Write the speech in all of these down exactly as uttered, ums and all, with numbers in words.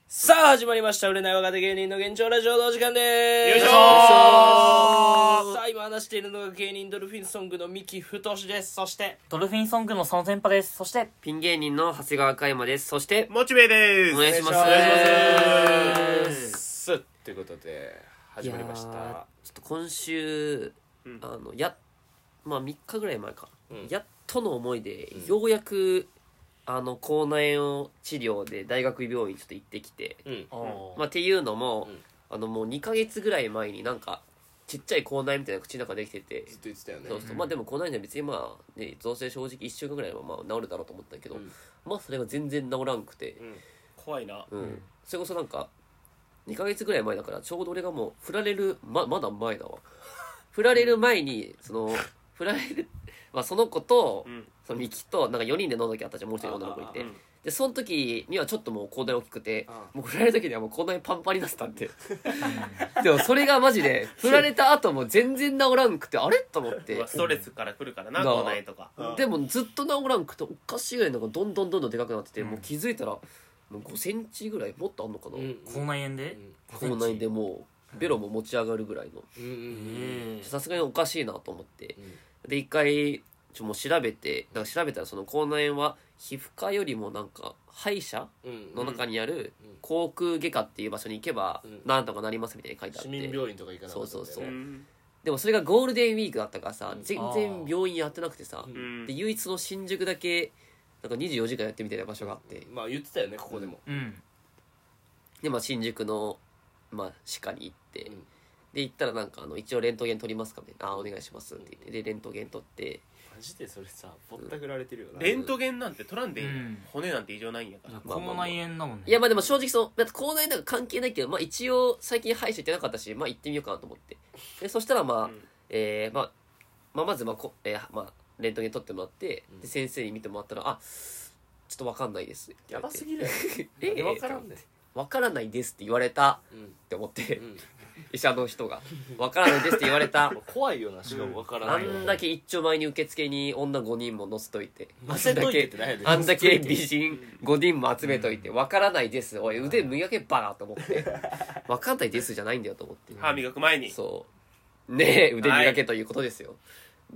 さあ始まりました売れない若手芸人の現状ラジオのお時間でーす。 よいしょー。 さあ今話しているのが芸人ドルフィンソングの三木太志です。そしてドルフィンソングのその先輩です。そしてピン芸人の長谷川嘉山です。そしてモチベです。 お願いします。 お願いしますということで始まりました。 いやーちょっと今週、 うん、 あのやまあみっかぐらい前か、 うん、 やっとの思いで、 うん、 ようやくあの口内炎治療で大学病院ちょっと行ってきて、 うん、 まあっていうのも、 うん、 あのもうにかげつぐらい前になんかちっちゃい口内炎みたいな口の中できてて、 ずっと言ってたよね。 そうそう、 うん、 まあでも口内炎は別にまあねどうせ正直いっしゅうかんぐらいはまあ治るだろうと思ったけど、うん、まあそれが全然治らんくて、 うん、怖いな。 うん、うん、それこそなんかにかげつぐらい前だからちょうど俺がもう振られる ま, まだ前だわ振られる前にその振られる、まあ、その子と、うん、そのミキとなんかよにんで飲んだ時あったじゃん。もう一人女の子いて、でその時にはちょっともう口内大きくて、もう振られる時にはもう口内パンパンになってたんででもそれがマジで振られた後も全然治らんくてあれと思ってストレスから来るからな口内とか。 でもずっと治らんくておかしいぐらいなんかどんどんどんどんでかくなってて、うん、もう気づいたらもうごセンチぐらいもっとあんのかな、うん、 口内炎で口内炎でもうベロも持ち上がるぐらいの、さすがにおかしいなと思って、うん、で一回ちょもう調べてだから調べたらその口内炎は皮膚科よりもなんか歯医者の中にある口腔外科っていう場所に行けばなんとかなりますみたいに書いてあって、 市民病院とか行かなかったんだよね。 そうそうそう、うん、でもそれがゴールデンウィークだったからさ、うん、全然病院やってなくてさ、うん、で唯一の新宿だけなんかにじゅうよじかんやってみたいな場所があって、 まあ言ってたよねここでも、 うん、 でまあ新宿のまあ歯科に行って、うん、で行ったらなんかあの一応レントゲン取りますかみたいな、あお願いしますって言って、でレントゲン取ってマジでそれさぼったくられてるよな、 レントゲンなんて取らんでいい、うん、骨なんて異常ないんやから。 口内炎だもんね。 いやまあでも正直そうだって口内炎なんか関係ないけど、まあ一応最近歯医者行ってなかったし、まあ行ってみようかなと思って、でそしたらまあ、うん、えー、まあ、まあまずまあこ、えー、まあレントゲン取ってもらって、うん、で先生に見てもらったら、あちょっと分かんないですってやばすぎるよえー、分からんね分からないですって言われた、うん、って思って、うん、医者の人が分からないですって言われた怖いよな。しかも分からない、 うん、あんだけ一丁前に受付に女ごにんも乗せといて、 乗せといてってないあんだけ美人ごにんも集めといて、分からないですおい腕磨けばなと思って分かんないですじゃないんだよと思って、 歯磨く前にそうねえ腕磨けということですよ、はい、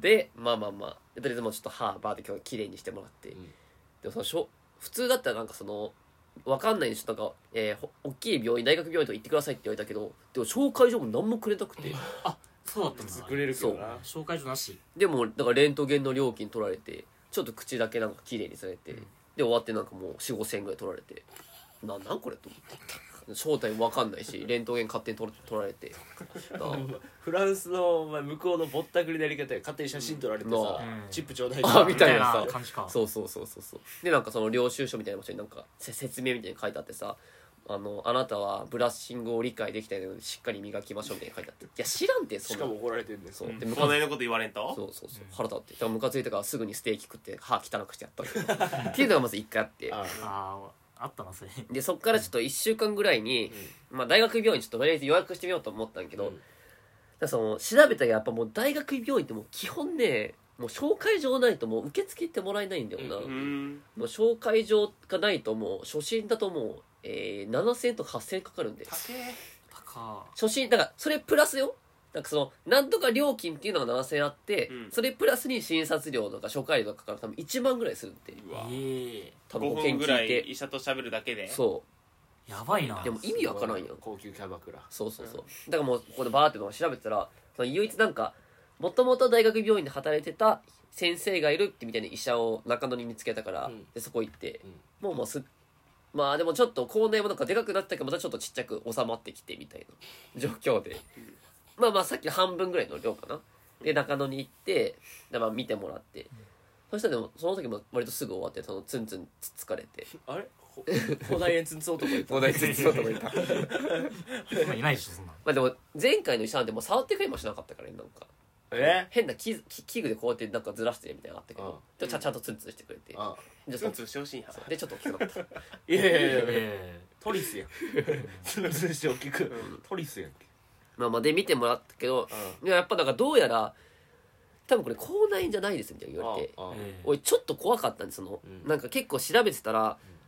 でまあまあまあとりあえずもうちょっと歯バーで今日綺麗にしてもらって、うん、でもそのしょ普通だったらなんかその分かんないんですなんか、えー、大きい病院大学病院とか行ってくださいって言われたけど、でも紹介状も何もくれなくてあそうだったんだ。 作れるけどな紹介状なしでもだからレントゲンの料金取られてちょっと口だけなんか綺麗にされて、うん、で終わってなんかもう よんじゅうごせんえんぐらい取られてななんこれと思って正体も分かんないしレントゲン勝手に取られてフランスの、まあ、向こうのぼったくりのやり方で勝手に写真撮られてさ、うん、チップちょうだいあみたいなさ感じか。 そうそうそうそうそうでなんかその領収書みたいな場所になんか説明みたいに書いてあってさ、あのあなたはブラッシングを理解できたのでしっかり磨きましょうみたいに書いてあって、いや知らんてそんな。 しかも怒られてるんです。 そうで口内のこと言われんとそうそうそう、うん、腹立ってだからムカついたからすぐにステーキ食って歯汚くしてやったっていうのがまず一回あってあああったなそれでそっからちょっといっしゅうかんぐらいに、うんまあ、大学病院ちょっととりあえず予約してみようと思ったんやけど、うん、だその調べたらやっぱもう大学病院ってもう基本ねもう紹介状ないともう受け付けてもらえないんだよな、うん、もう紹介状がないともう初診だともう、えー、ななせんえんとかはっせんえんかかるんで高初診だからそれプラスよなんかそのなんとか料金っていうのがななせんえんあって、うん、それプラスに診察料とか初回料とかかかる多分いちまんぐらいするって。 うわ多分ごふんぐらい医者と喋るだけでそうやばいな。 でも意味わからんやん高級キャバクラ。 そうそうそう、うん、だからもうここでバーってのを調べてたらその唯一なんかもともと大学病院で働いてた先生がいるってみたいな医者を中野に見つけたから、うん、でそこ行って、うん、もうもうすまあでもちょっと口内もなんかでかくなったけどまたちょっとちっちゃく収まってきてみたいな状況でまあまあさっきの半分ぐらいの量かなで中野に行ってで、まあ、見てもらって、うん、そしたらでもその時も割とすぐ終わってそのツンツンつつかれてあれ口内炎ツンツン男いた口内炎ツンツン男いた今いないでしょそんな。 まあでも前回の医者なんてもう触ってくれもしなかったからねなんかえ変な器具でこうやってなんかずらしてみたいなのあったけどちゃちゃんとツンツンしてくれてああツンツンしてほしいんやでちょっと大きくなったいやいやいやいやトリスやんツンツンして大きく、うん、トリスやんけまあまあで見てもらったけど、うん、いややっぱなんかどうやら多分これ口内炎じゃないですみたいな言われて、おいちょっと怖かったんですその、うん、なんか結構調べてたら、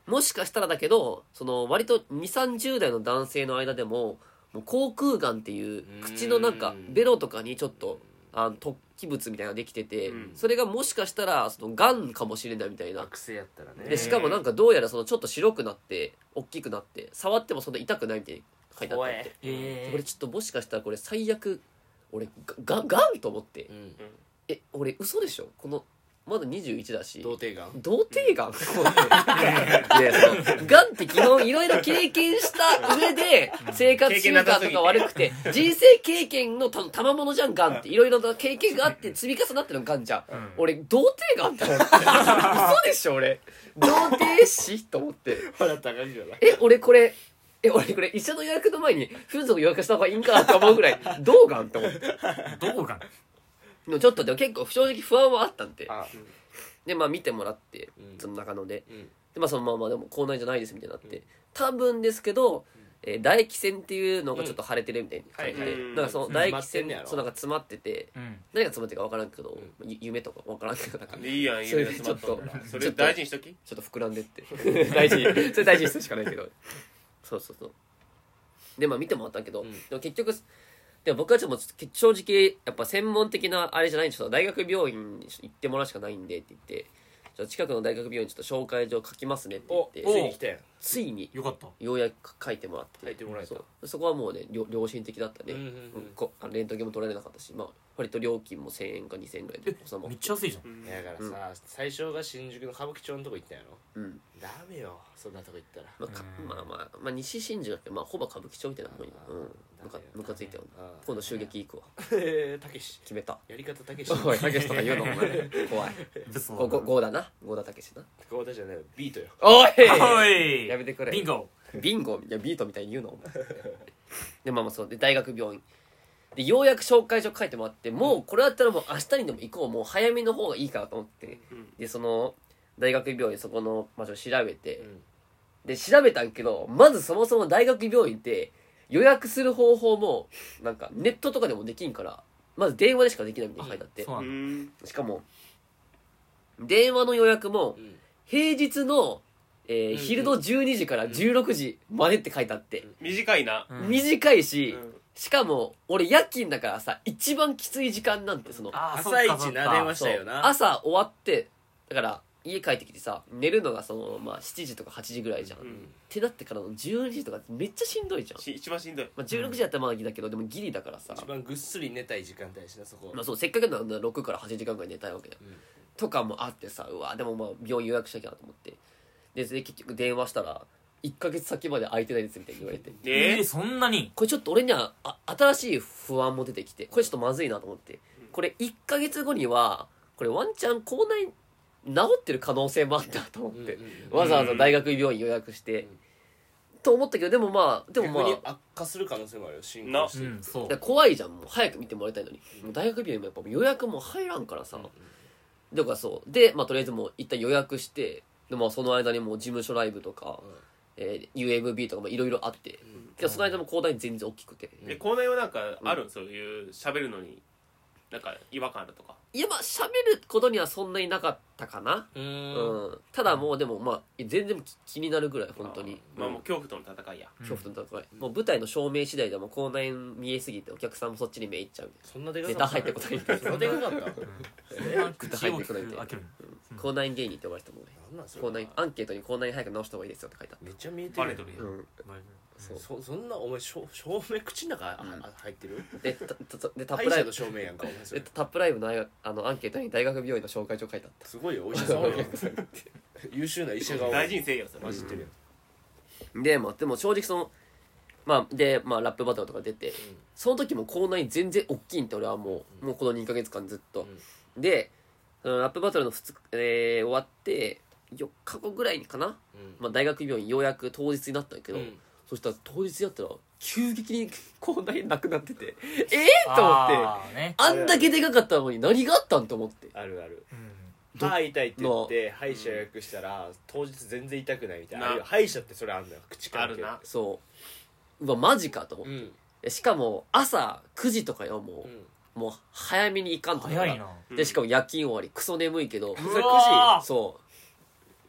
もしかしたらだけどその割とにじゅう、さんじゅう代の男性の間でももう口腔がんっていう口のなんかベロとかにちょっとあの突起物みたいなのができてて、 うんそれがもしかしたらそのがんかもしれないみたいな。 悪性やったらねでしかもなんかどうやらそのちょっと白くなって大きくなって触ってもそんな痛くないみたいに書いてあったって。 えこれちょっともしかしたらこれ最悪俺がががんと思って、 うんえ俺嘘でしょこのまだにじゅういちだし童貞がん童貞がんいやそのがんって基本いろいろ経験した上で生活習慣とか悪くて人生経験のた賜物じゃんがんっていろいろな経験があって積み重なってるのがんじゃん、 うん俺童貞がんって思って嘘でしょ俺童貞死と思って笑ったらあかんよなえ俺これえ俺これ医者の予約の前に風俗予約した方がいいんかなって思うぐらいどうがんって思ってどこがでもちょっとでも結構正直不安はあったんであでまあ見てもらってうんその中野でうんでまあそのままでも口内じゃないですみたいになって多分ですけど、えー唾液腺っていうのがちょっと腫れてるみたいな感じで、 うんはいなんかそのうん唾液腺詰まってんねやろそうなんか詰まっててうん何が詰まってるか分からんけど、ゆ夢とか分からんけどなんかいいやんそれ夢が詰まっとんなちょっとそれ大事にしときちょっと膨らんでって大事にそれ大事にするしかないけどそうそうそうでまあ見てもらったけど、 うんでも結局でも僕はちょっと正直やっぱ専門的なあれじゃないんでちょっと大学病院に行ってもらうしかないんでって言ってちょっと近くの大学病院にちょっと紹介状書きますねって言おってついに来たやんついによかったようやく書いてもらって書いてもらえたそうそこはもうね良良心的だったね、 うんうんうんうんこあのレントゲンも取られなかったし、まあ、割と料金もせんえんかにせんえんぐらいでえ収まめっちゃ安いじゃんうんだからさ最初が新宿の歌舞伎町のとこ行ったんやろうんダメよそんなとこ行ったらまあかうんまあまあまあ西新宿だってまあほぼ歌舞伎町みたいなもんよ、うん、むかむかついたよあー今度襲撃行くわえーたけし決めたやり方たけしおいたけしとか言うのお前怖い物騒ゴゴゴーだなゴーだたけしなこうだじゃないビートよおいおいやめてくれビンゴビンゴいやビートみたいに言うのお前でまあまあそうで大学病院でようやく紹介状書いてもらってもうこれだったらもう明日にでも行こうもう早めの方がいいかなと思ってうんでその大学病院そこの場所を調べて、 うんで調べたんけどまずそもそも大学病院って予約する方法もなんかネットとかでもできんからまず電話でしかできないみたいな書いてあってそううなんだんしかも電話の予約もうん平日の、えーうん昼のじゅうにじからじゅうろくじまでって書いてあって、 短いなうん短いし、 うんしかも俺夜勤だからさ一番きつい時間なんてそのあー朝そっかそっか一な電話したよな朝終わってだから家帰ってきてさ寝るのがその、まあ、しちじとかはちじぐらいじゃん、っうんてなってからのじゅうにじとかめっちゃしんどいじゃん、 し一番しんどいまあ、じゅうろくじだったらまだいいだけどでもギリだからさ、 一番ぐっすり寝たい時間帯やしなそこまあ、そうせっかくなんだろくからはちじかんぐらい寝たいわけだよ、 うんとかもあってさうわでもまあ病院予約しなきゃなと思ってでで結局電話したらいっかげつ先まで空いてないですみたいに言われてえー、 えーそんなにこれちょっと俺にはあ新しい不安も出てきてこれちょっとまずいなと思ってこれいっかげつごにはこれワンチャン口内治ってる可能性もあったと思って、 うんうんうんわざわざ大学病院予約して、と思ったけどでもまあでもまあ逆に悪化する可能性もあるよ進行してるうんそうで怖いじゃんもう早く見てもらいたいのに、もう大学病院もやっぱ予約も入らんからさ、だからそうでまあとりあえずもう一旦予約してでまあその間にもう事務所ライブとか、えー、ユーエムビー とかもいろいろあって、けどその間も広大に全然大きくて、 え校内はなんかあるそういう喋るのになんか違和感あるとかいやまあ喋ることにはそんなになかったかな、 ううんんただもうでもまあ全然気になるぐらい本当にまあもう恐怖との戦いや恐怖との戦い、もう舞台の照明次第でも口内見えすぎてお客さんもそっちに目いっちゃうそんなでかネタかった入ってこないみたいそんなでかかったそんな口を入ってこないみたいな開ける口内芸人って呼ばれてたもんねなんなんそれ口内アンケートに口内早く直した方がいいですよって書いてあっめっちゃ見えてるバレとるやんたうんそそそんなお前照照明口の中ああ入ってるでたたでタッ歯医プライブ者の照明やんかお前そでれタップライブのああのアンケートに大学病院の紹介状書いてあったすごいよお医者さん優秀な医者が大事にせえよそれ混じってるやんでまあでも正直そのまあでまあラップバトルとか出て、その時も口内全然大きいんって俺はもう、もうこのにかげつかんずっと、でそのラップバトルのふつ、えー終わってよっかごぐらいにかな、まあ、大学病院ようやく当日になったんだけど、 うんそしたら当日やったら急激に口内なくなっててええー、と思ってあ,、 あーねんだけでかかったのに何があったんと思ってあるあるうんど歯痛いって言って歯医者予約したら当日全然痛くないみたいななあるいは歯医者ってそれあるのよ口からあるなそううわマジかと思って、 うんしかも朝くじとかよもう、もう早めに行かんと早いなでしかも夜勤終わりクソ眠いけどうわーそ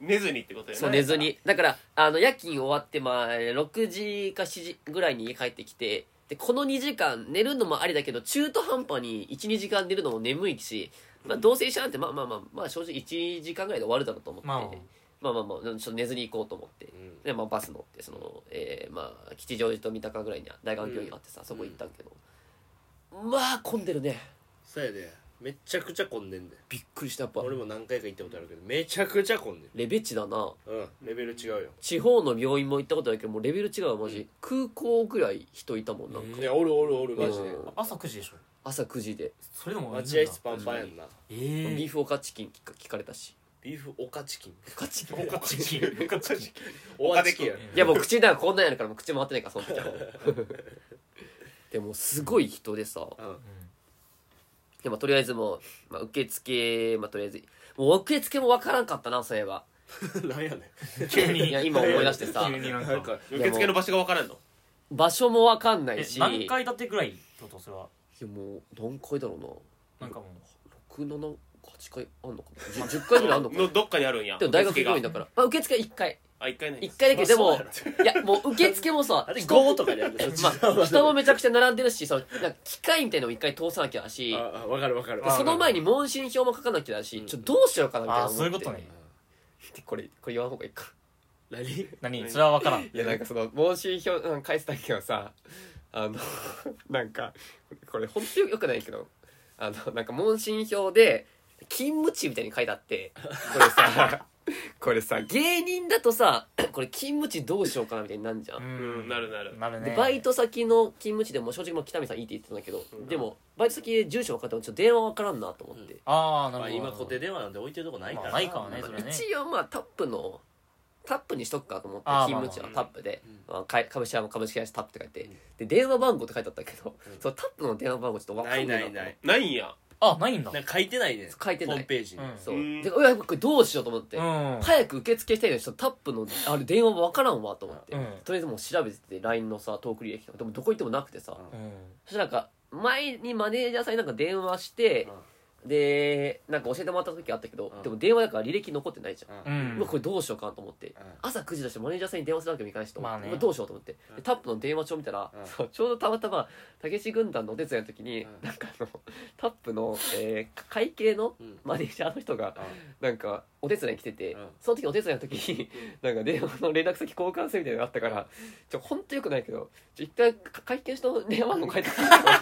寝ずにってことやね。 そう寝ずにだからあの夜勤終わってまあろくじかしちじぐらいに家帰ってきてでこのにじかん寝るのもありだけど中途半端にいちにじかん寝るのも眠いし、まあ、どうせ一緒なんてまあまあまあまあ正直いちじかんぐらいで終わるだろうと思って、 まあまあまあまあちょっと寝ずに行こうと思って、 うんでまあバス乗ってその、えー、まあ吉祥寺と三鷹ぐらいに大学病院があってさ、そこ行ったんけど、まあ混んでるね。 そうやでめっちゃくちゃ混んでんでびっくりしたやっぱ俺も何回か行ったことあるけどめちゃくちゃ混んでるレベチだな。 うんレベル違うよ地方の病院も行ったことあるけどもうレベル違うわマジ、空港ぐらい人いたもんなんか、 いやおるおるおるマジでうん朝くじでしょ。 朝くじでそれでも待合室パンパンやんなえビーえフオカチキン聞か聞かれたしビーフオカチキンオカチキンおかチキンおかチキンオカチキンやいやもう口の中こんなんやるからもう口回ってないからその時はもうでもすごい人でさうんでもとりあえずもう、まあ、受付まあとりあえずもう受付もわからんかったなそういえばなんやねん急にいや今思い出してさ急になんかなんか受付の場所が分からんの。 場所もわかんないえし何階建てぐらいってことそれは。 いやもう何階だろうななんかもろく、なな、はちかいあんのかな じゅっかいぐらいあんのかなのどっかにあるんや。 でも大学受付が病院だからまあ受付はいっかいあ、一回ね。 いっかいだけどでもまあそういやもう受付もさあれごとかであるでしょまあ、人もめちゃくちゃ並んでるしそうなんか機械みたいなのを一回通さなきゃだしああ分かる分かるあその前に問診票も書かなきゃだし、 うんちょっとどうしようかなみたいなあ思ってそういうことね。 でこれこれ言わんほうがいいか何何それは分からん。 いやなんかその問診票うん返すだけはさあのなんかこれ本当によくないけどあのなんか問診票で勤務地みたいに書いてあってこれさこれさ芸人だとさこれ勤務地どうしようかなみたいになんじゃん、 うん、なるなる。 なるね。 でバイト先の勤務地でも正直もう北見さんいいって言ってたんだけど、 うんでもバイト先で住所分かってもちょっと電話分からんなと思って、 ああなるほど。 まあ今固定電話なんて置いてるとこないからまあないからねまあそれね一応まあタップのタップにしとくかと思ってあー勤務地はまあまあタップで、 うんまあかい株式会社も株式会社タップって書いて、 うんで電話番号って書いてあったけど、 うんそのタップの電話番号ちょっと分かないんなないいないないんや。 あないんだ。 なんか書いてないね書いてないホームページにうんそううんでうわこれどうしようと思って、 うん。 早く受付したいのにちょっとタップのあれ電話分からんわと思って、 うんとりあえずもう調べてて ライン のさトーク履歴とかでもどこ行ってもなくてさ、 うんうん。 そしたらなんか前にマネージャーさんになんか電話して、でなんか教えてもらった時あったけど、 うんでも電話だから履歴残ってないじゃん、 うんうんうわこれどうしようかなと思って、朝くじだしマネージャーさんに電話するわけにもいかないしと思って、 まあねうわどうしようと思って、 うんでタップの電話帳見たら、 うんそうちょうどたまたまたけし軍団のお手伝いの時に、 うんなんかあのタップの、えー会計のうんマネージャーの人がなんかお手伝いに来てて、 うんその時お手伝いの時になんか電話の連絡先交換するみたいなのがあったからちょほんとよくないけどちょ一回か会計した電話番号書いて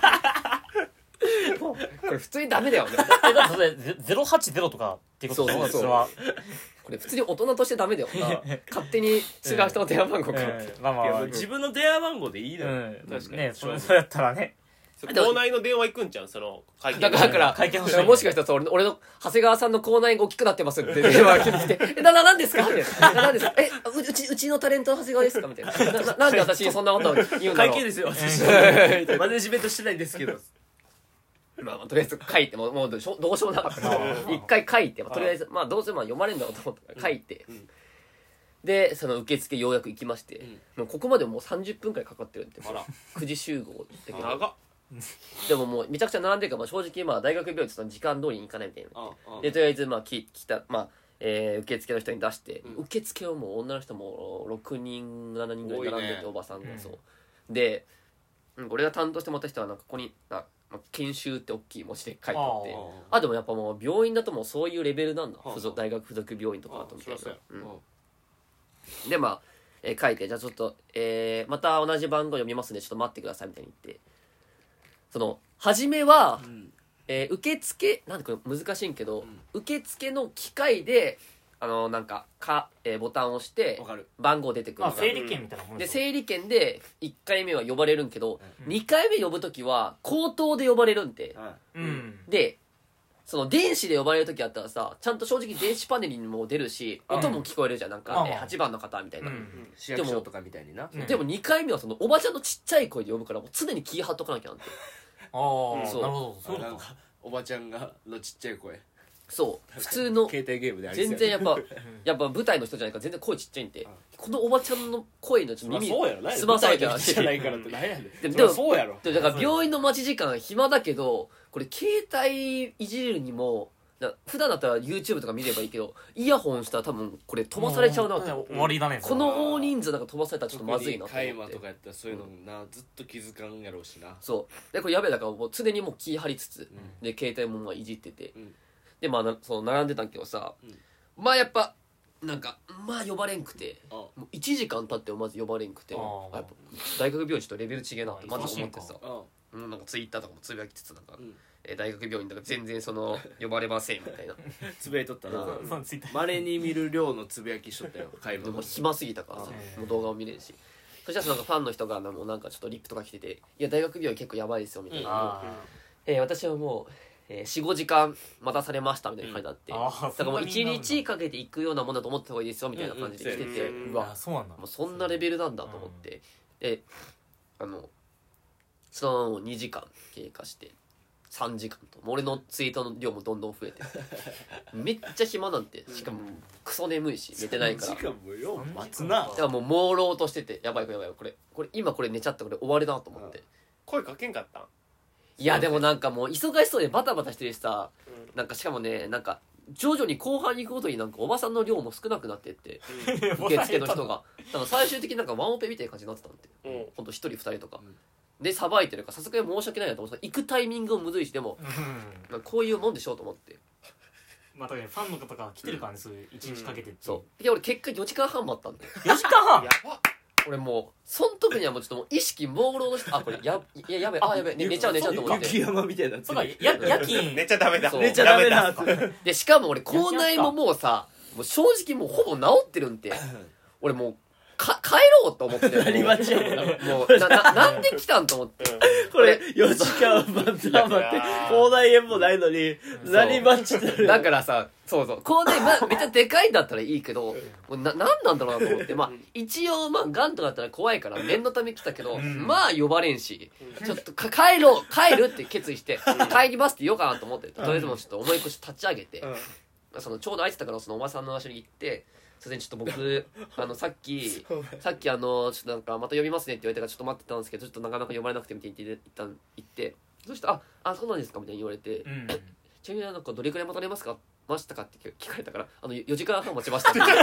もうこれ普通にダメだよねえだってそれゼゼロはちゼロとかっていうことだよそうそうそうそれは。 これ普通に大人としてダメだよな勝手に違う人の電話番号か、 うんまあまあいやもう自分の電話番号でいいだろうん確かにねそれそうやったらね。 校内の電話行くんじゃん、その会計だからだから会計の人にもしかしたらさ俺の俺の長谷川さんの口内が大きくなってますって電話が来て「えなななんですか?」みたいな「ななんですかえううちうちのタレントの長谷川ですか?」みたいななななんで私にそんなことを言うんだろう会計ですよ私マネジメントしてないんですけどまあ、まあとりあえず書いてもうもうどうしようどうしようもなかったから一回書いて、まあ、とりあえずまあどうせまあ読まれるんだろうと思ったから書いて、 うんでその受付ようやく行きまして、 んもうここまでもうさんじゅっぷんくらいかかってるんであらくじ集合だけど長っ。 でももうめちゃくちゃ並んでるから、まあ、正直まあ大学病院ってその時間通りに行かないみたいなああでとりあえずまあき来た、まあえー受付の人に出して、 うん受付をもう女の人もろくにんななにんぐらい並んでて、 多いねおばさんが、 うんそうで、うん俺が担当してもらった人はなんかここにあ、まあ、研修って大きい文字で書いてあってああでもやっぱもう病院だともうそういうレベルなんだ、 あ付属大学附属病院とかだとみたいなそりゃそうやうんでまあ、えー書いてじゃあちょっと、えーまた同じ番号読みますんでちょっと待ってくださいみたいに言ってその初めは、 うんえー受付なんでこれ難しいんけど、 ん受付の機械であのなんかか、えーボタンを押してわかる番号出てくるまあから整理券みたいなもんですよ。 で整理券でいっかいめは呼ばれるんけど、 うんにかいめ呼ぶ時は口頭で呼ばれるんで、 はうん。 でその電子で呼ばれる時あったらさちゃんと正直電子パネルにも出るしうん音も聞こえるじゃんなんか、 まあえーはちばんの方みたいな、 うんい市役所とかみたいになうんでもにかいめはそのおばちゃんのちっちゃい声で呼ぶからもう常に気張っとかなきゃなんてああ、なるそうほど。そういうことか。 なんかおばちゃんがのちっちゃい声そう普通の携帯ゲームでありそう全然やっぱやっぱ舞台の人じゃないから全然声ちっちゃいんでこのおばちゃんの声のちょっとまあ耳そうやろな澄まされて舞台の人じゃないからって何やねんそりゃでもそうやろでだから病院の待ち時間暇だけどこれ携帯いじるにもだ普段だったら YouTube とか見ればいいけどイヤホンしたら多分これ飛ばされちゃうなっても終わりだねこの大人数なんか飛ばされたらちょっとまずいなと大麻思ってとかやったらそういうのな、ずっと気づかんやろうしな。 そうでこれやべえだからもう常にもう気張りつつ、 うんで携帯もまあいじってて、 うんでまあなその並んでたんけどさ、 うんまあやっぱなんかまあ呼ばれんくてあもういちじかん経ってもまず呼ばれんくてああやっぱ大学病院ちょっとレベル違えなってまず思ってさ、 あうん、なんかツイッターとかもつぶやきつつなんか、 うんえー大学病院とか全然その呼ばれませんみたいなつぶやいとったな。 うんそうツイッターまれに見る量のつぶやきしとったよ会話でも暇すぎたからさうんもう動画を見れるしそしたらそのなんかファンの人がもうなんかちょっとリップとか来てて「いや大学病院結構やばいですよ」みたいな、 あえー私はもう、えー、よんごじかん待たされましたみたいな書いてあって、 ーあーだからもういちにちかかけていくようなものだと思った方がいいですよみたいな感じで来てて、 うんうんうわそうなんだもうそんなレベルなんだと思って、であのそのにじかん経過してさんじかんともう俺のツイートの量もどんどん増えてめっちゃ暇なんてしかもクソ眠いし寝てないから時間もよう待つなだからもう朦朧としててやばいやばいこれこれ今これ寝ちゃったこれ終わりだと思って声かけんかったんいやでもなんかもう忙しそうでバタバタしてるしさなんかしかもねなんか徐々に後半に行くごとになんかおばさんの量も少なくなってって受付の人がだから最終的になんかワンオペみたいな感じになってたんでうんほんとひとりふたりとかうんでさばいてるからさすがに申し訳ないなと思って行くタイミングもむずいしでもうんなんかこういうもんでしょうと思ってまあだからファンの方が来てるからねそういういちにちかけてってそういや俺結果よじかんはん待ったんだよよじかんはんやば俺もうそん時にはもうちょっともう意識朦朧としてあこれやいややべえあやべえ、ね、寝ちゃう寝ちゃうと思って雪山みたいになってそうかや夜勤寝ちゃダメだそう寝ちゃダメだダメだでしかも俺口内ももうさもう正直もうほぼ治ってるんで俺もうか帰ろうと思って何待ちやもんなもうなななんで来たんと思ってこれよじかん待って待って口内炎もないのに何待ちってるだからさそうそう口内、まあ、めっちゃでかいんだったらいいけどもうななんなんだろうなと思ってまあ一応まあガンとかだったら怖いから念のため来たけど、 んまあ呼ばれんしちょっとか帰ろう帰るって決意して帰りますって言おうかなと思ってとりあえずもうちょっと重い腰立ち上げて、そのちょうど空いてたからそのおばさんの場所に行ってそれでちょっと僕あのさっきさっきあのちょっとなんかまた呼びますねって言われたからちょっと待ってたんですけどちょっとなかなか呼ばれなくてみたいに言って一旦行ってそしたらああそうなんですかみたいに言われて、 うんちなみになんかどれくらい待たれますかましたかって聞かれたからあのよじかんはん待ちましたって言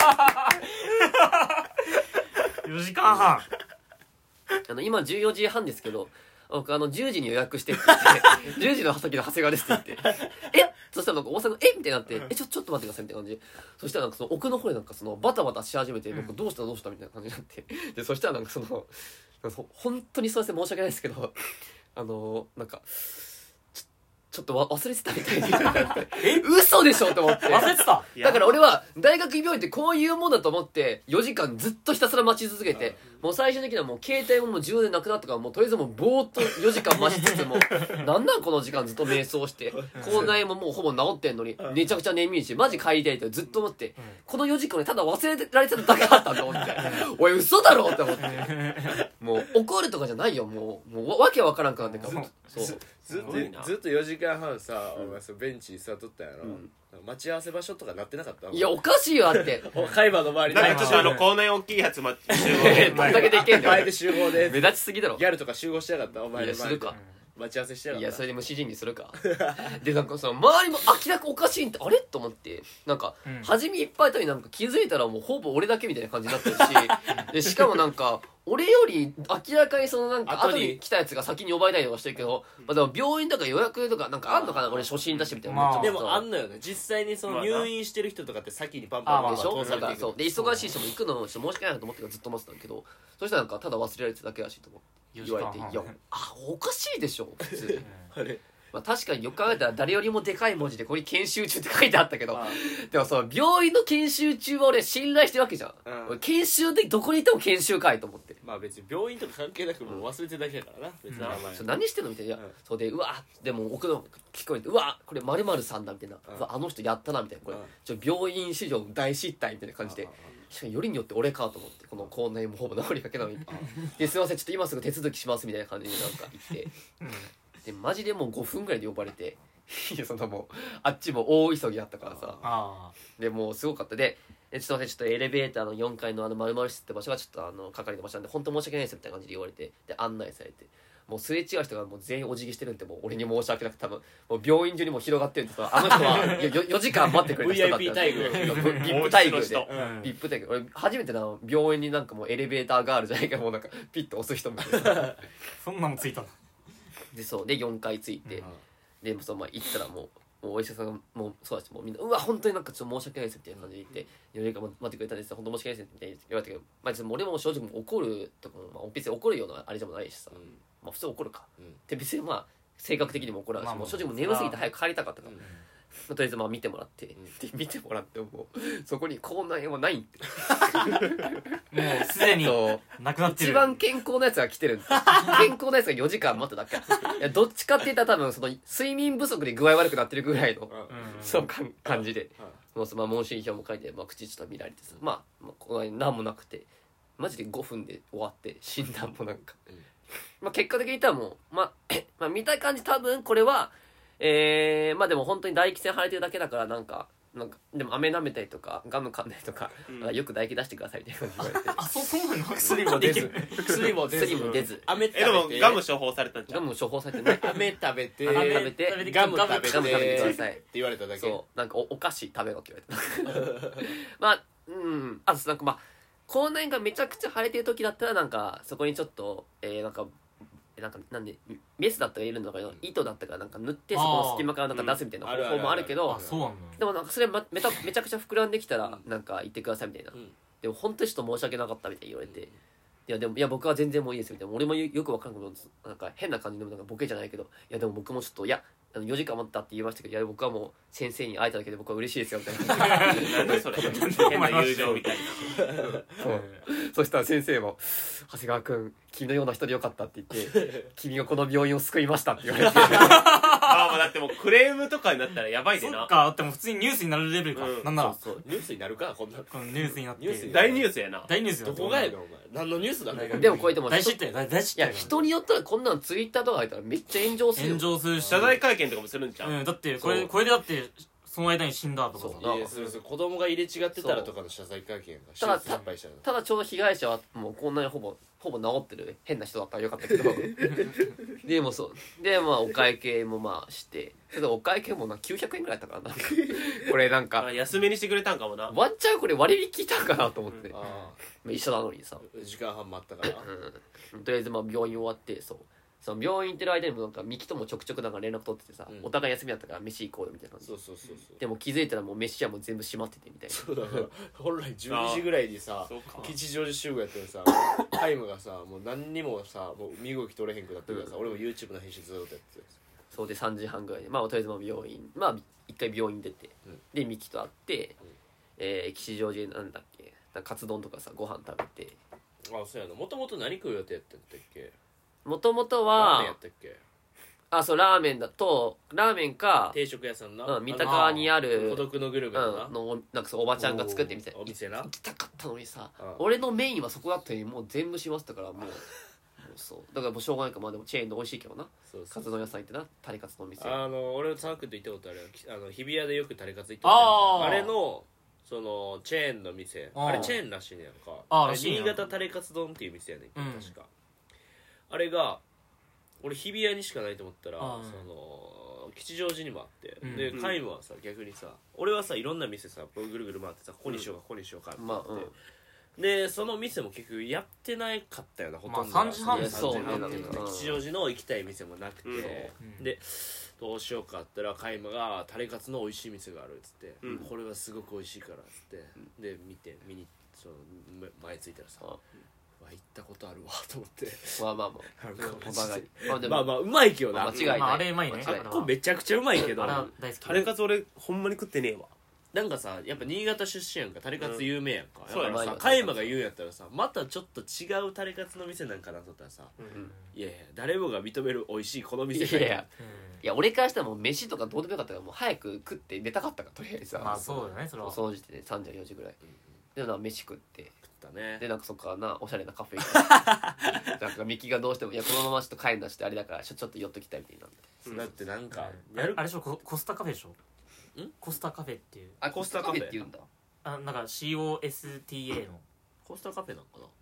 ってよじかんはんあの今じゅうよじはんですけど僕あのじゅうじに予約してって言ってじゅうじの先の長谷川ですって言ってえそしたらなんか大阪がえみたいになってえちょちょっと待ってくださいみたいな感じそしたらなんかその奥の方でなんかそのバタバタし始めて僕どうしたどうしたみたいな感じになってでそしたらなんかそのそ本当にすいません申し訳ないですけどあのなんかちょちょっとわ忘れてたみたいにえ嘘でしょと思って忘れてただから俺は大学病院ってこういうもんだと思ってよじかんずっとひたすら待ち続けてもう最終的にはもう携帯ももう充電なくなったからもうとりあえずもうぼーっとよじかん待ちつつもなんなんこの時間ずっと瞑想して口内ももうほぼ治ってんのにめちゃくちゃ眠いしマジ帰りたいってずっと思ってこのよじかんねただ忘れられてただけだったと思っておい嘘だろって思ってもう怒るとかじゃないよもうもうわわけわからんくなってからそうずずっすごいなとずっとよじかんはんさお前そのベンチに座っとったんやろん待ち合わせ場所とかなってなかったいやおかしいよだってお海馬の周りなんかちょっとあのはい口内大きいやつ待ってどんだけでいけんだよ前で集合で目立ちすぎだろギャルとか集合してなかったお前いの前でやするか待ち合わせしてなかったいやそれで無視人にするかでなんかその周りも明らかおかしいんってあれと思ってなんか、 うん初めいっぱいいたのになんか気づいたらもうほぼ俺だけみたいな感じになってるしでしかもなんか俺より明らかにそのなんか後に後に来たやつが先に呼ばれたりとかしてるけど、まあ、でも病院とか予約とかなんかあんのかな俺初診出してみたいな、 まあでもあんのよね実際にそのまあな入院してる人とかって先にパンパンパンでしょパン通されていくなんかそうで忙しい人も行くのもちょっと申し訳ないなと思ってからずっと待ってたんだけどそしたらなんかただ忘れられてただけらしいと思う言われていやあおかしいでしょ普通あれまあ確かによく考えたら誰よりもでかい文字でこれ研修中って書いてあったけどあでもその病院の研修中は俺信頼してるわけじゃん、 うん俺研修でどこにいても研修かいと思ってまあ別に病院とか関係なくもう忘れてるだけやからな別に名前それ何してんのみたいな、 うんそうでうわでも奥の聞こえてうわこれ〇〇さんだみたいな、 うんうわあの人やったなみたいなこれ、 うんちょ病院史上大失態みたいな感じで、しかもよりによって俺かと思ってこの口内もほぼ治りかけなのにですいませんちょっと今すぐ手続きしますみたいな感じになんか言ってでマジでもうごふんぐらいで呼ばれていやそのもうあっちも大急ぎだったからさあでもうすごかったでえちょっと待ってちょっとエレベーターのよんかいのあの〇〇室って場所がちょっとあの係の場所なんで本当申し訳ないですみたいな感じで言われてで案内されてもうすれ違う人がもう全員お辞儀してるんでもう俺に申し訳なくて多分もう病院中にもう広がってるんでさあの人はよよじかん待ってくれた人だったブイアイピー 待遇ビップ待遇でもう一人の人うんビップ待遇俺初めてな病院になんかもうエレベーターガールじゃないかもうなんかピッと押す人もいてさそんなのついたのでそうでよんかいついて、でもうそのまあ行ったらもうもうお医者さんがもうそうだしもうみんなうわ本当になんかちょっと申し訳ないですみたいな感じで言ってよりか待ってくれたんです本当申し訳ないですみたいな言われたけど、まあ、ちょっと俺も正直もう怒るとかも、まあ、別に怒るようなあれじゃもないしさ、まあ、普通怒るか、 うんで別にまあ性格的にも怒らないし、 まあまあもう正直もう眠すぎて早く帰りたかったから、 うんまあ、とりあえずまあ見てもらって、 んで見てもらってもうそこに口内炎はないんってもうすでにそうなくなってる一番健康なやつが来てるんです健康なやつがよじかん待っただけいやどっちかって言ったら多分その睡眠不足で具合悪くなってるぐらいの、 うんうんそうかん感じで、 はいもうそのまあ問診票も書いて、まあ、口ちょっと見られてさ、まあ、まあこの間何もなくてマジでごふんで終わって診断もなんか、 うんまあ、結果的に言ったらもう、まあ、まあ見た感じ多分これはえー、まあでも本当に唾液腺腫れてるだけだからなんかなんかでも飴舐めたりとかガム噛んだりとか、 うんなんかよく唾液出してくださいみたいな感じで言われてあそうそうなの薬も出ず薬も出ず薬も出ず飴食べえでもてガム処方されたんじゃんガム処方されてない飴食べて飴食べてガム食べてガム食べてくださいって言われただけそうなんか お, お菓子食べろって言われてまあうんあとなんかまあ口内炎がめちゃくちゃ腫れてる時だったらなんかそこにちょっとえー、なんかえなんかなんでメスだったら入れるのか糸だったからなんか塗ってそこの隙間からなんか出すみたいな方法もあるけど、 あそうなんだでもなんかそれまめためちゃくちゃ膨らんできたらなんか言ってくださいみたいな、 うんでも本当にちょっと申し訳なかったみたいに言われて、いやでもいや僕は全然もういいですみたいな俺もよよくわかんないけどなんか変な感じのなんかボケじゃないけどいやでも僕もちょっといやあのよじかん待ったって言いましたけどいや僕はもう先生に会えただけで僕は嬉しいですよみたいななんだそれ変な友情みたいなそうそしたら先生も「長谷川君君のような人でよかった」って言って「君がこの病院を救いました」って言われてああまあだってもうクレームとかになったらやばいでなそっかだってもう普通にニュースになるレベルか、 うんなんならそうニュースになるかこんなこのニュースになってニュースに大ニュースやな大ニュースどこがやのお前何のニュースだねでもこうやっても大失態大大失態いや人によったらこんなのツイッターとか入ったらめっちゃ炎上するよ炎上するし謝罪会見とかもするんじゃん、 うんだってこれそうこれでだってその間に死んだとかさそういやそうそう子供が入れ違ってたらとかの謝罪会見が手ただ術失敗したのただちょうど被害者はもうこんなにほぼほぼ治ってる変な人だったらよかったけどでもそうでまあお会計もまあしてただお会計もなきゅうひゃくえんぐらいだったからなこれなんかあ安めにしてくれたんかもなワンチャンこれ割引いたんかなと思って、 うんまああ一緒なのにさ、 あ時間半待ったからうん、とりあえずまあ病院終わってそうその病院行ってる間にもなんかミキともちょくちょくなんか連絡取っててさ、 うんお互い休みだったから飯行こうよみたいな感じそうそうそうそうでも気づいたらもう飯はもう全部閉まっててみたいなそうだから本来じゅうにじぐらいにさそうか吉祥寺集合やってるさタイムがさもう何にもさもう身動き取れへんくなってるからさ、俺も YouTube の編集ずっとやっててそうでさんじはんぐらいでまあとりあえずまあ病院まあ一回病院出て、 うんでミキと会って、 うんえー吉祥寺でなんだっけなんかカツ丼とかさご飯食べてあそうやなもともと何食う予定やったんだっけもともとラーメンやはったっけあそうラーメンだとラーメンか、 定食屋さんな、 うん、三鷹川にああるの孤独のグルメのな、 うん、のなんかそうおばちゃんが作ってみたいお店な行きたかったのにさ、 うん俺のメインはそこだったのにもう全部閉まってたからもうもうそうだからもうしょうがないからまあでもチェーンで美味しいけどなそうそうカツ丼屋さん行ってなタレカツのお店あの俺サークルと行ったことあるよきあの日比谷でよくタレカツ行ってたあーあれのそのチェーンの店あーあれチェーンらしいねやんかあーれらしいねやん新潟タレカツ丼っていう店やねんけど、 うん確かあれが俺日比谷にしかないと思ったらあーその吉祥寺にもあって、 うんでうん皆無はさ逆にさ俺はさいろんな店さぐるぐる回ってさここにしようかここにしようかってまあうんでその店も結局やってないかったよなほとんどまあさんじはんいやそうねさんじはんなんか吉祥寺の行きたい店もなくて、 うんでどうしようかって言ったら海馬がタレカツの美味しい店があるっつって、 うんこれはすごく美味しいからっつって、で見て見にその前ついたらさ、 あうわ行ったことあるわと思ってまあまあまなんあかお互いまあでもまあまあうまいけどな、 まあ間違いないまああれうまいね間違いないこれめちゃくちゃうまいけどあれは大好きタレカツ俺ほんまに食ってねえわなんかさやっぱ新潟出身やんかタレカツ有名やんか、 うんだからさそうやな海馬が言うんやったらさまたちょっと違うタレカツの店なんかなと思ったらさ、 うんいやいや誰もが認める美味しいこの店いやいやうんいや俺からしたらもう飯とかどうでもよかったからもう早く食って寝たかったからとりあえずさまあそうだねそれはその時点でさんじよじぐらいでなんか飯食って食ったねでなんかそっからなおしゃれなカフェ行ってなんかミキがどうしてもいやこのままちょっと帰んなしてあれだからちょちょっと寄っときたいみたいになってだってなんかあやるれあれでしょココスタカフェでしょんコスタカフェっていうあコスタカフェって言うんだあなんか コスタ のコスタカフェなんかな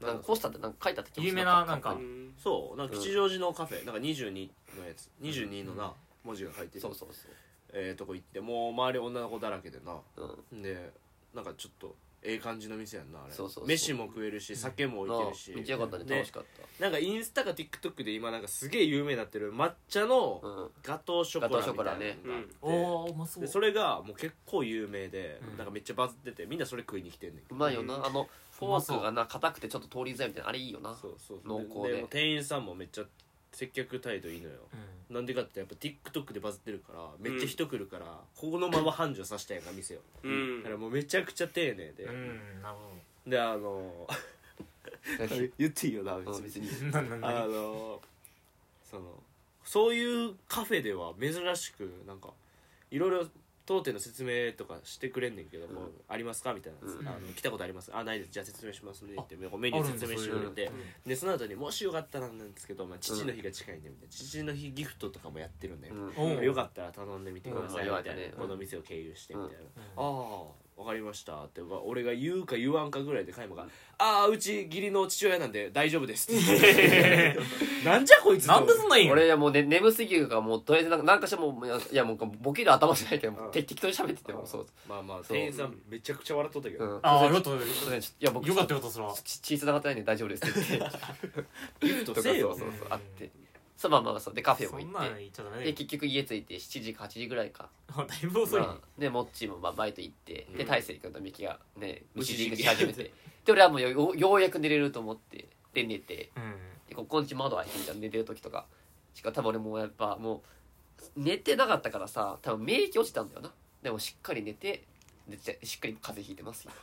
なんかポスターってなんか書いてあった気がする有名ななんかうんそうなんか吉祥寺のカフェなんかにじゅうにのやつにじゅうにのな文字が書いてるそうそうそえーとこ行ってもう周り女の子だらけでなううんでなんかちょっとええ感じの店やんなあれそうそうそう飯も食えるし酒も置いてるしめっちゃよかったねで楽しかっなんかインスタか TikTok で今なんかすげえ有名になってる抹茶のたうんガトーショコラみたいなのがあっておおうまそうでそれがもう結構有名で、 うんなんかめっちゃバズっててみんなそれ食いに来てんねんうまいよなあのフォークがな硬くてちょっと通りづらいみたいなあれいいよなそうそう濃厚ででもう店員さんもめっちゃ接客態度いいのよ、 うなんでかってやっぱ TikTok でバズってるからめっちゃ人来るから、ここのまま繁盛させたやんか店を、 うんだからもうめちゃくちゃ丁寧で、 んうんなるほであの言っていいよな別にうん別にどなんなんあなんのそのそういうカフェでは珍しくなんかいろいろ当店の説明とかしてくれんねんけども、ありますかみたいな、 うんあの来たことありますあないですじゃあ説明しますねってメニュー説明してくれて、 あるんだでその後にもしよかったらなんですけど、まあ、父の日が近いんでみたいな父の日ギフトとかもやってるんだよ、 うんおうよかったら頼んでみてくださいみたいな、 うん言われたねこの店を経由してみたいな、 うんああわかりましたって俺が言うか言わんかぐらいで加山が「ああうち義理の父親なんで大丈夫です」ってなんじゃこいつなんでそんなんいいの俺はもう、ね、眠すぎるからもうとりあえずなんかなんかしらもういやもうボケる頭じゃないけどうん適当に喋っててもそうまあまあそう店員さんめちゃくちゃ笑っとったけど、 うんああよかったよいや僕かったよかったそれはち血繋がってないんで大丈夫ですって言ってギフトせえよそうそうそうあってそうまあまあそうでカフェもそん行ってなん言っちゃダメだでよ結局家着いてしちじかはちじぐらいかだいぶ遅いねまあでモッチーもまあバイト行ってうんで大勢君とミキがね虫虫仕事仕事し始めてで俺はもうよようやく寝れると思ってで寝てうんでここんち窓開いてんじゃん寝てる時とかしかも多分俺もうやっぱもう寝てなかったからさ多分免疫落ちたんだよなでもしっかり寝てでしっかり風邪ひいてますよ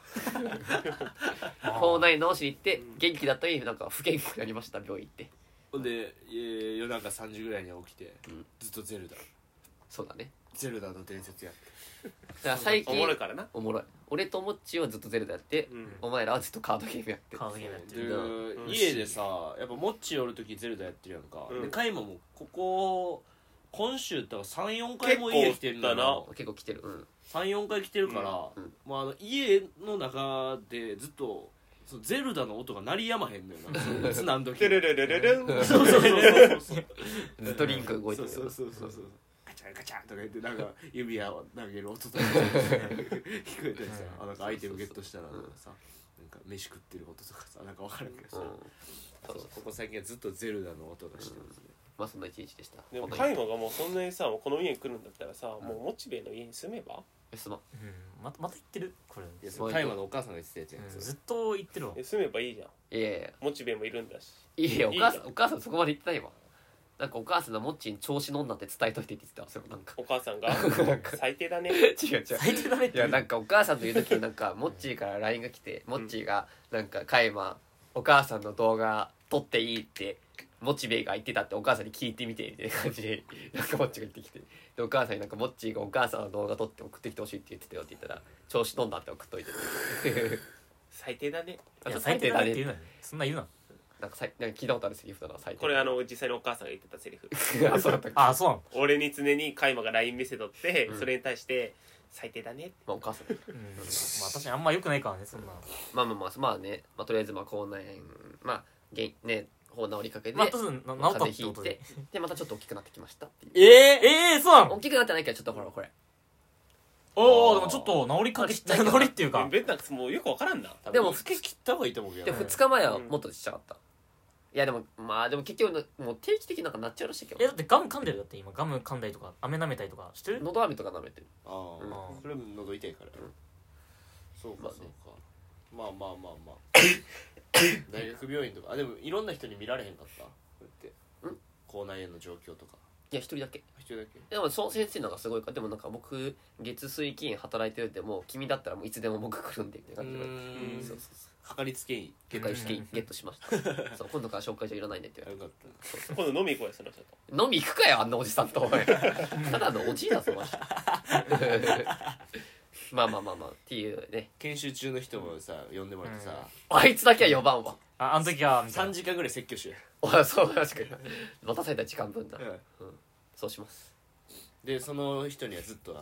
口内治しに行って元気だったりなんか不健康になりました病院行ってほんで、えー夜中さんじぐらいに起きて、 うんずっとゼルダそうだねゼルダの伝説やってだから最近おもろいからなおもろい俺とモッチーはずっとゼルダやって、 うんお前らはずっとカードゲームやってカードゲームやってで、 るうん家でさやっぱモッチーおる時ゼルダやってるやんか、 うんでカイマもここ今週とかさんよんかいも家来てるんだ結構な結構来てるうんさんよんかい来てるから、 うんうんもうあの家の中でずっとそのゼルダの音が鳴りやまへんのよなつなんどきルルルルルルンそうそうそうそうそうずっとリンク動いてるそうそうそうそうガチャンガチャンとか言ってなんか指輪を投げる音とか聞こえたりさあなんかアイテムゲットしたらなんかさなんか飯食ってる音とかさなんか分からんけどさ、 うんそうそうここ最近はずっとゼルダの音がしてるんですね、 まあそんな一日でしたでも本当にカイマがもうそんなにさもうこの家に来るんだったらさもうモチベの家に住めばえすまんうんままた言ってるこれいやそれタイマーのお母さんが言ってたやつやん、 うんそれずっと言ってるわえ住めばいいじゃんいやいやモチベもいるんだしいやいやおいいじゃん母さんお母さんそこまで言ってないわなんかお母さんのモッチーに調子乗んなって伝えといてって言ってたそれもなんかお母さんがなんか最低だね違う違う最低だねっていやなんかお母さんという時になんかモッチーから ライン が来てモッチーがなんかカイマお母さんの動画撮っていいってモチベが言ってたってお母さんに聞いてみてみたいな感じでなんかモッチーが言ってきてでお母さんになんかモッチーがお母さんの動画撮って送ってきてほしいって言ってたよって言ったら調子乗んなって送っといて最低だねいやあと最低だねってね言うなよそんな言うななんかさいなんか聞いたことあるセリフだな最低これあの実際にお母さんが言ってたセリフあそうだったっけあそうなの俺に常にカイマが ライン 見せとって、 うんそれに対して最低だねまあお母さんうんまあ確かにあんま良くないからねそんなまあまあまあまあね、まあ、とりあえずまあ口内炎まあげね方治りかけで、 まあとりあえずな治ったってことででまたちょっと大きくなってきましたっていうええええそうなの大きくなってないけどちょっとほらこれおおでもちょっと治りかけちっちゃいけど治りっていうかベンタックスもうよくわからんなでも一回切った方がいいと思うけどでねふつかまえはもっとちっちゃかった、いやでもまあでも結局もう定期的になんかなっちゃうらしいけどえだってガム噛んでるだって今ガム噛んだりとか飴舐めたりとかしてる喉飴とか舐めてるああ、 うんそれも喉痛いから、 うんそうかまあねそうかまあまあまあまあ大学病院とかあでもいろんな人に見られへんかったこうやってん口内炎の状況とかいや一人だけ一人だけでもその先生のがすごいからでもなんか僕月水金働いてるってもう君だったらもういつでも僕来るんでみたいな感じでうーんそうそうそうかかりつけ医結果試験ゲットしましたそう今度から紹介状いらないねって言われよかった今度飲み行こうよその人とて飲み行くかよあんなおじさんとお前ただのおじいだぞマジでまあまあまあまあっていうね研修中の人もさ呼んでもらってさ、 あいつだけは呼ばんわああの時はみたい 3 な時間ぐらい説教しよあそう確かに渡された時間分だ、 う、 そうしますでその人にはずっとあの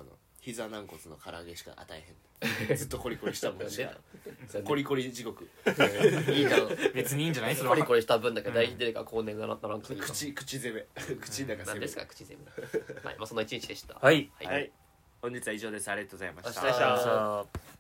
膝軟骨の唐揚げしか与えへんずっとコリコリしたもんしかなんでコリコリ地獄いいじゃん別にいいんじゃないそれはコリコリした分だけ大ヒデレが後年がなならんくていい口口攻め口の中攻め何ですか口全部はいまあそんな一日でしたはいはいはい本日は以上ですありがとうございました明日さあ